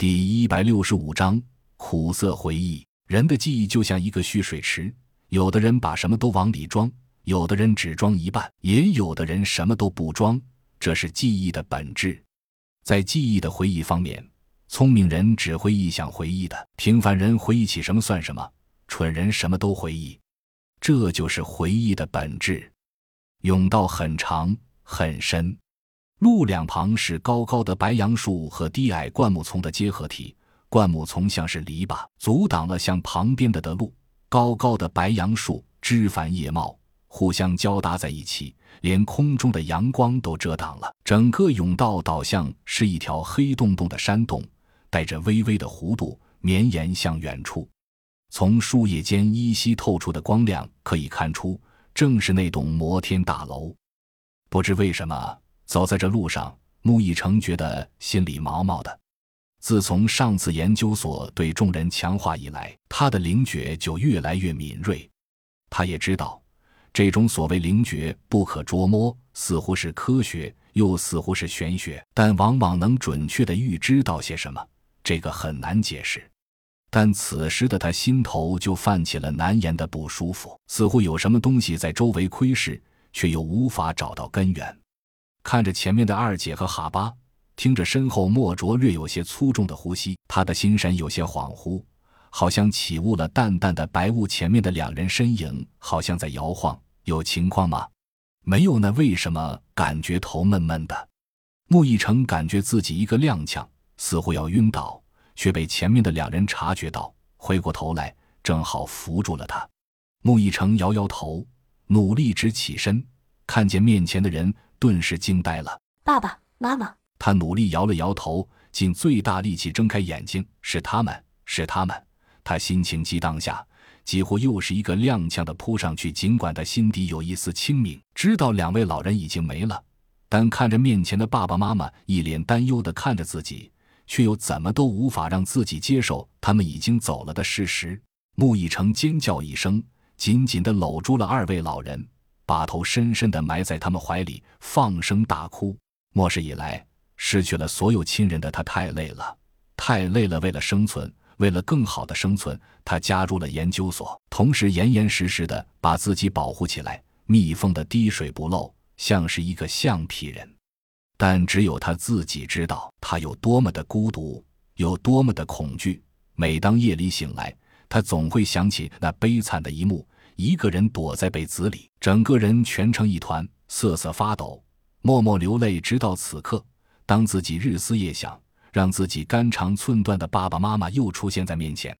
第165章苦涩回忆。人的记忆就像一个蓄水池，有的人把什么都往里装，有的人只装一半，也有的人什么都不装，这是记忆的本质。在记忆的回忆方面，聪明人只回忆想回忆的，平凡人回忆起什么算什么，蠢人什么都回忆。这就是回忆的本质。甬道很长很深，路两旁是高高的白杨树和低矮灌木丛的结合体，灌木丛像是篱笆，阻挡了向旁边的路。高高的白杨树枝繁叶茂，互相交搭在一起，连空中的阳光都遮挡了。整个甬道倒像是一条黑洞洞的山洞，带着微微的弧度，绵延向远处。从树叶间依稀透出的光亮可以看出，正是那栋摩天大楼。不知为什么，走在这路上，穆一成觉得心里毛毛的。自从上次研究所对众人强化以来，他的灵觉就越来越敏锐。他也知道，这种所谓灵觉不可捉摸，似乎是科学，又似乎是玄学，但往往能准确地预知到些什么，这个很难解释。但此时的他心头就泛起了难言的不舒服，似乎有什么东西在周围窥视，却又无法找到根源。看着前面的二姐和哈巴，听着身后墨卓略有些粗重的呼吸，他的心神有些恍惚，好像起雾了淡淡的白雾，前面的两人身影好像在摇晃。有情况吗？没有，那为什么感觉头闷闷的？穆一成感觉自己一个踉跄，似乎要晕倒，却被前面的两人察觉到，回过头来正好扶住了他。穆一成摇摇头，努力直起身，看见面前的人顿时惊呆了。 爸爸妈妈。 他努力摇了摇头，尽最大力气睁开眼睛，是他们，是他们。他心情激荡下，几乎又是一个踉跄地扑上去，尽管他心底有一丝清明，知道两位老人已经没了，但看着面前的爸爸妈妈一脸担忧地看着自己，却又怎么都无法让自己接受他们已经走了的事实。穆一成尖叫一声，紧紧地搂住了二位老人，把头深深地埋在他们怀里，放声大哭。末世以来，失去了所有亲人的他太累了，太累了。为了生存，为了更好的生存，他加入了研究所，同时严严实实地把自己保护起来，密封的滴水不漏，像是一个橡皮人。但只有他自己知道，他有多么的孤独，有多么的恐惧。每当夜里醒来，他总会想起那悲惨的一幕，一个人躲在被子里，整个人蜷成一团，瑟瑟发抖，默默流泪。直到此刻，当自己日思夜想，让自己肝肠寸断的爸爸妈妈又出现在面前，